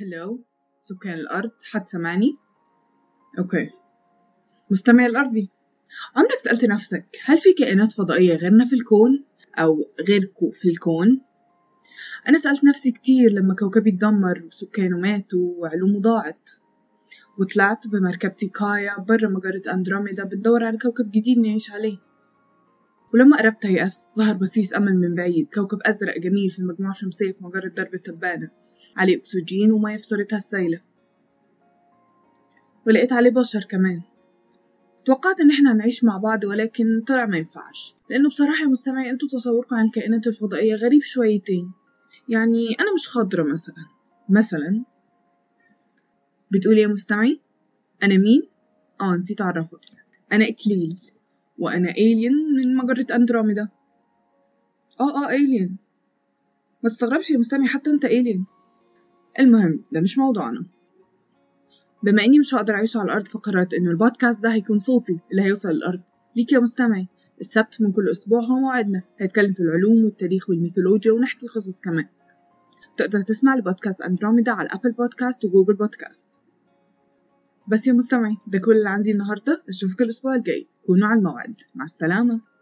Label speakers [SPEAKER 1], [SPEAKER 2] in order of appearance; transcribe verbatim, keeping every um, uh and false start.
[SPEAKER 1] هلو سكان الأرض، حد سمعني؟ أوكي. مستمع الأرضي، عمرك سألت نفسك هل في كائنات فضائية غيرنا في الكون أو غيركو في الكون؟ أنا سألت نفسي كتير لما كوكبي اتدمر وسكانه ماتوا وعلومه ضاعت، وطلعت بمركبتي كايا برا مجرة أندروميدا بتدور على كوكب جديد نعيش عليه. ولما قربت يأس ظهر بصيص أمل من بعيد، كوكب أزرق جميل في مجموعة شمسية في مجرة درب التبانة، عليه أكسجين ومياه في صورتها السايلة، ولقيت عليه بشر كمان. توقعت إن إحنا هنعيش مع بعض، ولكن طلع ما ينفعش، لأنه بصراحة يا مستمعي أنتوا تصوركم عن الكائنات الفضائية غريب شويتين. يعني أنا مش خضرة مثلا مثلا بتقول يا مستمعي أنا مين؟ آه نسيت أعرفك، أنا إكليل، وأنا إيلين من مجرة أندروميدا. آه آه إيلين، ما تستغربش يا مستمعي، حتى أنت إيلين. المهم ده مش موضوعنا. بما إني مش هقدر أعيش على الأرض، فقررت إنه البودكاست ده هيكون صوتي اللي هيوصل للأرض ليك يا مستمعي. السبت من كل أسبوع هو موعدنا، هيتكلم في العلوم والتاريخ والميثولوجيا ونحكي قصص كمان. تقدر تسمع البودكاست أندروميدا على أبل بودكاست وجوجل بودكاست. بس يا مستمعي ده كل اللي عندي النهاردة، أشوفك الأسبوع الجاي، كونوا على الموعد، مع السلامة.